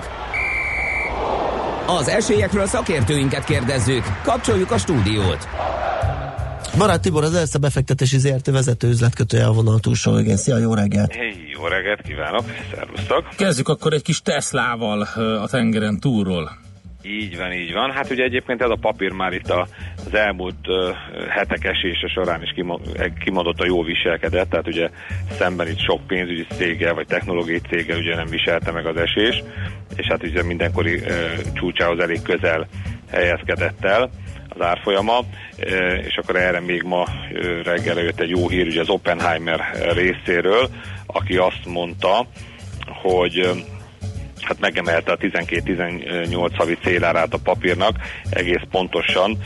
Speaker 1: Az esélyekről szakértőinket kérdezzük. Kapcsoljuk a stúdiót.
Speaker 4: Barát Tibor, az Erste befektetési ZRT vezető üzletkötője a vonal túlsó végén. Szia, jó reggelt!
Speaker 13: Jó reggelt kívánok, szervusztok!
Speaker 3: Kezdjük akkor egy kis Teslával a tengeren túlról.
Speaker 13: Így van. Hát ugye egyébként ez a papír már itt a az elmúlt hetek esése során is kimondottan jól viselkedett, tehát ugye szemben itt sok pénzügyi céggel vagy technológiai céggel ugye nem viselte meg az esés, és hát ugye mindenkori csúcsához elég közel helyezkedett el az árfolyama, és akkor erre még ma reggel jött egy jó hír ugye az Oppenheimer részéről, aki azt mondta, hogy hát megemelte a 12-18 havi célárát a papírnak egész pontosan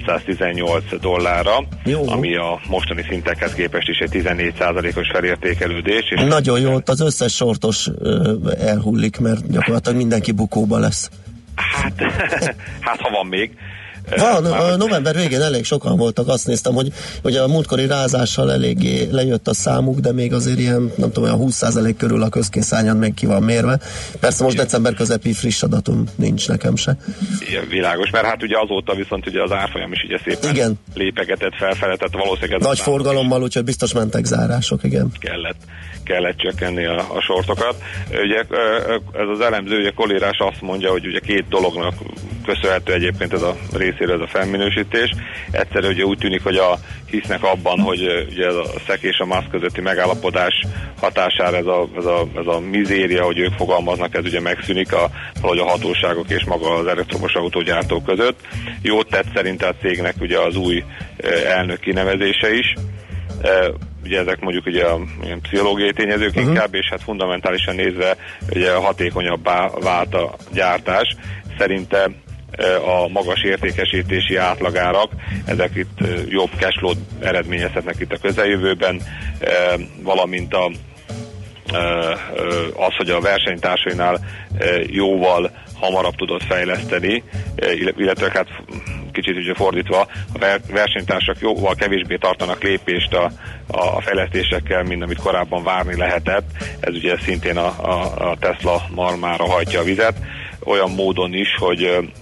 Speaker 13: $418, jó, ami a mostani szintekhez képest is egy 14%-os felértékelődés. És
Speaker 4: nagyon jó, ott az összes sortos elhullik, mert gyakorlatilag mindenki bukóba lesz.
Speaker 13: Hát ha van még.
Speaker 4: Van, november végén elég sokan voltak, azt néztem, hogy a múltkori rázással eléggé lejött a számuk, de még azért ilyen, nem tudom, olyan 20% körül a közkészányad még ki van mérve. Persze most december közepi friss adatom nincs nekem se.
Speaker 13: Igen, világos, mert hát ugye azóta viszont ugye az árfolyam is ugye szépen lépegetett felfele, tehát valószínűleg
Speaker 4: nagy forgalommal, úgyhogy biztos mentek zárások, igen.
Speaker 13: Kellett csökkenni a sortokat. Ugye ez az elemző, ugye Kollírás azt mondja, hogy ugye két dolognak köszönhető egyébként ez a részéről ez a felminősítés. Egyszerűen ugye úgy tűnik, hogy hisznek abban, hogy ugye ez a SZEK és a MASZ közötti megállapodás hatására ez a mizéria, hogy ők fogalmaznak, ez ugye megszűnik valahogy a hatóságok és maga az elektromos autógyártók között. Jót tett szerint a cégnek ugye az új elnök kinevezése is. Ugye ezek mondjuk ugye a pszichológiai tényezők inkább, és hát fundamentálisan nézve ugye hatékonyabbá vált a gyártás. Szerinte a magas értékesítési átlagárak, ezek itt jobb cashflow-t eredményezhetnek itt a közeljövőben, valamint az, hogy a versenytársainál jóval hamarabb tudott fejleszteni, illetve hát kicsit ugye fordítva, a versenytársak jóval kevésbé tartanak lépést a fejlesztésekkel, mint amit korábban várni lehetett. Ez ugye szintén a Tesla malmára hajtja a vizet, olyan módon is, hogy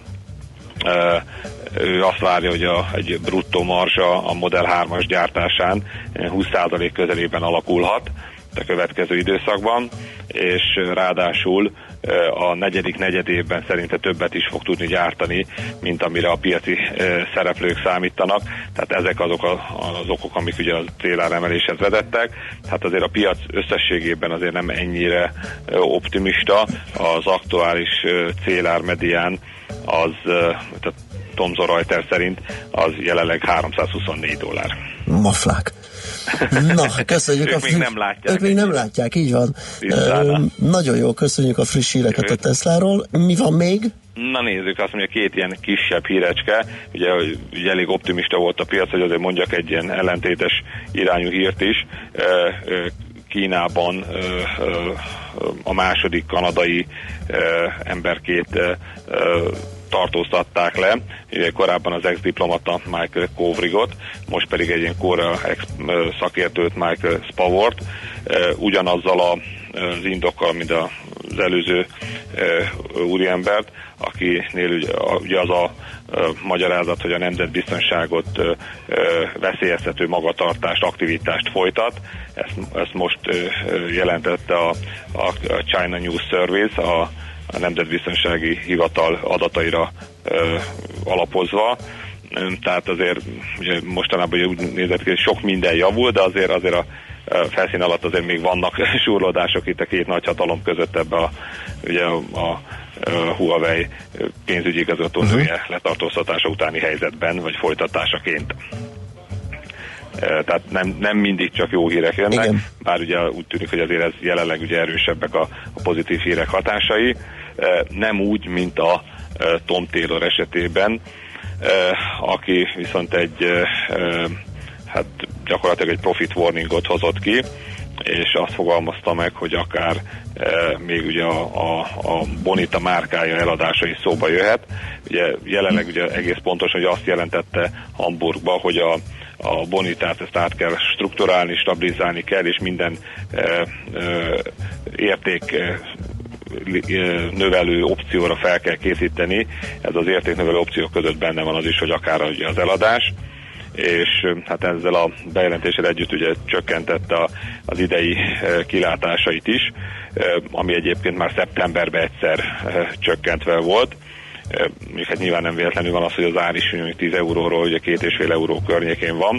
Speaker 13: ő azt várja, hogy egy bruttó marzsa a Model 3-as gyártásán 20% közelében alakulhat a következő időszakban, és ráadásul a negyedik negyedévben szerinte többet is fog tudni gyártani, mint amire a piaci szereplők számítanak. Tehát ezek azok az okok, amik ugye a céláremeléshez vezettek. Hát azért a piac összességében azért nem ennyire optimista. Az aktuális célár medián az, tehát Thomson Reuters szerint az jelenleg $324.
Speaker 4: Maflák. Na, köszönjük.
Speaker 13: Ők még nem látják.
Speaker 4: Ők még nem látják, így van. Nagyon jó, köszönjük a friss híreket a Tesláról. Mi van még?
Speaker 13: Na nézzük, azt mondja, két ilyen kisebb hírecske, ugye elég optimista volt a piac, hogy azért mondjak egy ilyen ellentétes irányú hírt is. Kínában a második kanadai emberkét tartóztatták le, ugye korábban az ex-diplomata Michael Kovrigot, most pedig egy ilyen Korea szakértőt, Michael Spavort, ugyanazzal az indokkal, mint az előző úriembert, akinél ugye az a magyarázat, hogy a nemzetbiztonságot veszélyeztető magatartást, aktivitást folytat. Ezt most jelentette a China News Service, a Nemzetbiztonsági Hivatal adataira alapozva. Tehát azért ugye mostanában ugye úgy nézett ki, hogy sok minden javul, de azért a felszín alatt azért még vannak súrlódások itt a két nagyhatalom között ebbe ugye a Huawei pénzügyi igazgatónője letartóztatása utáni helyzetben, vagy folytatásaként. Tehát nem mindig csak jó hírek jönnek, igen. Bár ugye úgy tűnik, hogy azért ez jelenleg ugye erősebbek a pozitív hírek hatásai. Nem úgy, mint a Tom Taylor esetében, aki viszont hát gyakorlatilag egy profit warningot hozott ki, és azt fogalmazta meg, hogy akár még ugye a Bonita márkája eladása is szóba jöhet. Ugye jelenleg ugye egész pontos, hogy azt jelentette Hamburgba, hogy a Bonitát ezt át kell strukturálni, stabilizálni kell, és minden érték növelő opcióra fel kell készíteni. Ez az értéknövelő opciók között benne van az is, hogy akár ugye az eladás, és hát ezzel a bejelentéssel együtt ugye csökkentette az idei kilátásait is, ami egyébként már szeptemberben egyszer csökkentve volt, Még hát nyilván nem véletlenül van az, hogy az ár is 10 euróról ugye 2,5 euró környékén van.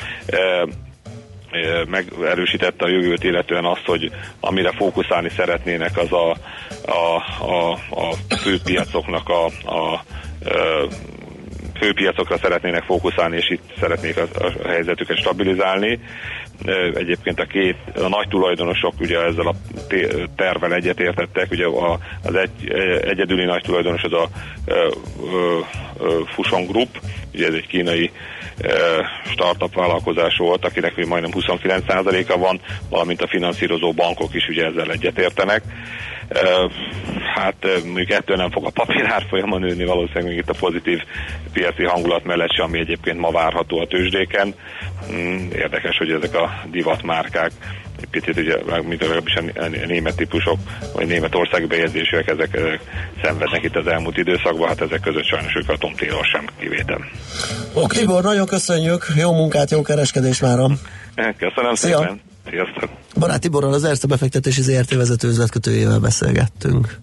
Speaker 13: Megerősítette a jövőt illetően azt, hogy amire fókuszálni szeretnének, az a főpiacoknak a főpiacokra szeretnének fókuszálni, és itt szeretnék a helyzetüket stabilizálni. Egyébként a nagy tulajdonosok ugye ezzel a tervvel egyetértettek, ugye az egyedüli nagy tulajdonos az a Fusion Group, ugye ez egy kínai startup vállalkozás volt, akinek majdnem 29%-a van, valamint a finanszírozó bankok is ugye ezzel egyetértenek. Hát mondjuk ettől nem fog a papírárfolyama nőni, valószínűleg még itt a pozitív piaci hangulat mellett sem, ami egyébként ma várható a tőzsdéken. Érdekes, hogy ezek a divatmárkák, egy picit ugye, mint legalábbis a német típusok, vagy németországi bejegyzésűek, ezek szenvednek itt az elmúlt időszakban, hát ezek között sajnos ők a Tom Taylor sem kivétel.
Speaker 4: Oké, Tibor, nagyon köszönjük, jó munkát, jó kereskedés mára.
Speaker 13: Köszönöm szépen. Sziasztok.
Speaker 4: Barát Tiborral, az Erste befektetési ZRT vezető üzletkötőjével beszélgettünk.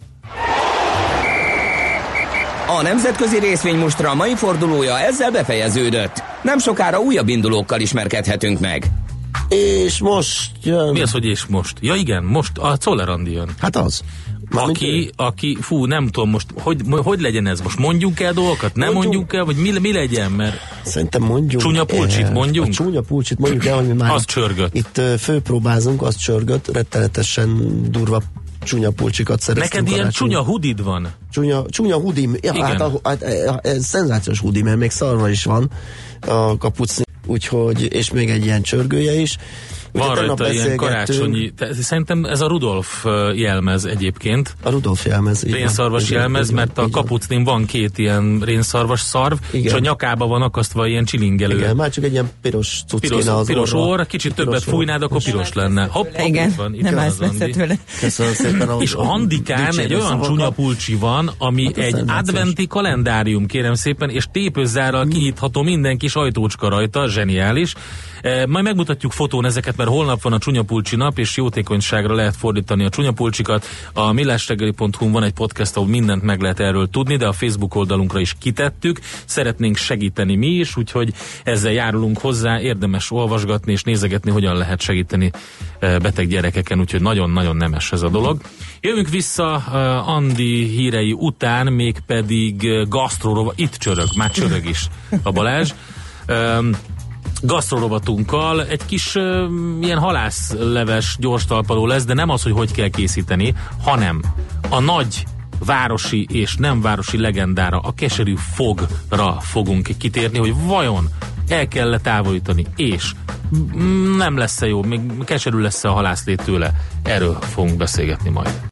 Speaker 1: A nemzetközi részvénymustra mai fordulója ezzel befejeződött. Nem sokára újabb indulókkal ismerkedhetünk meg.
Speaker 4: És most jön...
Speaker 3: Mi az, hogy és most? Ja igen, most a Czoller Andi jön.
Speaker 4: Hát az.
Speaker 3: Aki, nem tudom most, hogy legyen ez? Most mondjunk el dolgokat? Nem mondjuk el? Vagy mi legyen? Mert
Speaker 4: szerintem mondjunk
Speaker 3: csúnya pulcsit mondjunk?
Speaker 4: A csúnya pulcsit mondjuk el, hogy mi már
Speaker 3: az csörgött.
Speaker 4: Itt főpróbázunk, az csörgött, rettenetesen durva csúnya pulcsikat szereztünk.
Speaker 3: Neked ilyen csúnya hudid van?
Speaker 4: Csúnya hudim, ja, hát szenzációs hudim, mert még szarva is van a kapucni, úgyhogy, és még egy ilyen csörgője is.
Speaker 3: Van rajta ilyen karácsonyi, szerintem ez a Rudolf jelmez egyébként.
Speaker 4: A Rudolf jelmez.
Speaker 3: Rénszarvas jelmez, mert a kapucnin van két ilyen rénszarvas szarv, igen. És a nyakába van akasztva ilyen csilingelő.
Speaker 4: Igen, már csak egy ilyen piros cucc kéne az
Speaker 3: piros orra, kicsit többet fújnád, akkor piros lenne. Hopp,
Speaker 8: igen,
Speaker 3: van,
Speaker 8: nem állsz messze tőle.
Speaker 4: Köszönöm szépen.
Speaker 3: És a Handikán egy olyan csúnya pulcsi van, ami hát egy adventi kalendárium, kérem szépen, és tépőzzárral kinyitható minden kis ajtócska rajta, zseniális. Majd megmutatjuk fotón ezeket, mert holnap van a csúnyapulcsi nap, és jótékonyságra lehet fordítani a csúnyapulcsikat. A millásreggeli.hu-n van egy podcast, ahol mindent meg lehet erről tudni, de a Facebook oldalunkra is kitettük. Szeretnénk segíteni mi is, úgyhogy ezzel járulunk hozzá, érdemes olvasgatni és nézegetni, hogyan lehet segíteni beteg gyerekeken, úgyhogy nagyon-nagyon nemes ez a dolog. Jövünk vissza Andi hírei után, mégpedig gasztrórova, itt csörög, már csörög is a Balázs. Gasztrorovatunkkal egy kis ilyen halászleves gyorstalpaló lesz, de nem az, hogy kell készíteni, hanem a nagy városi és nem városi legendára, a keserű fogra fogunk kitérni, hogy vajon el kell távolítani, és nem lesz-e jó, még keserű lesz-e a halászlét tőle. Erről fogunk beszélgetni majd.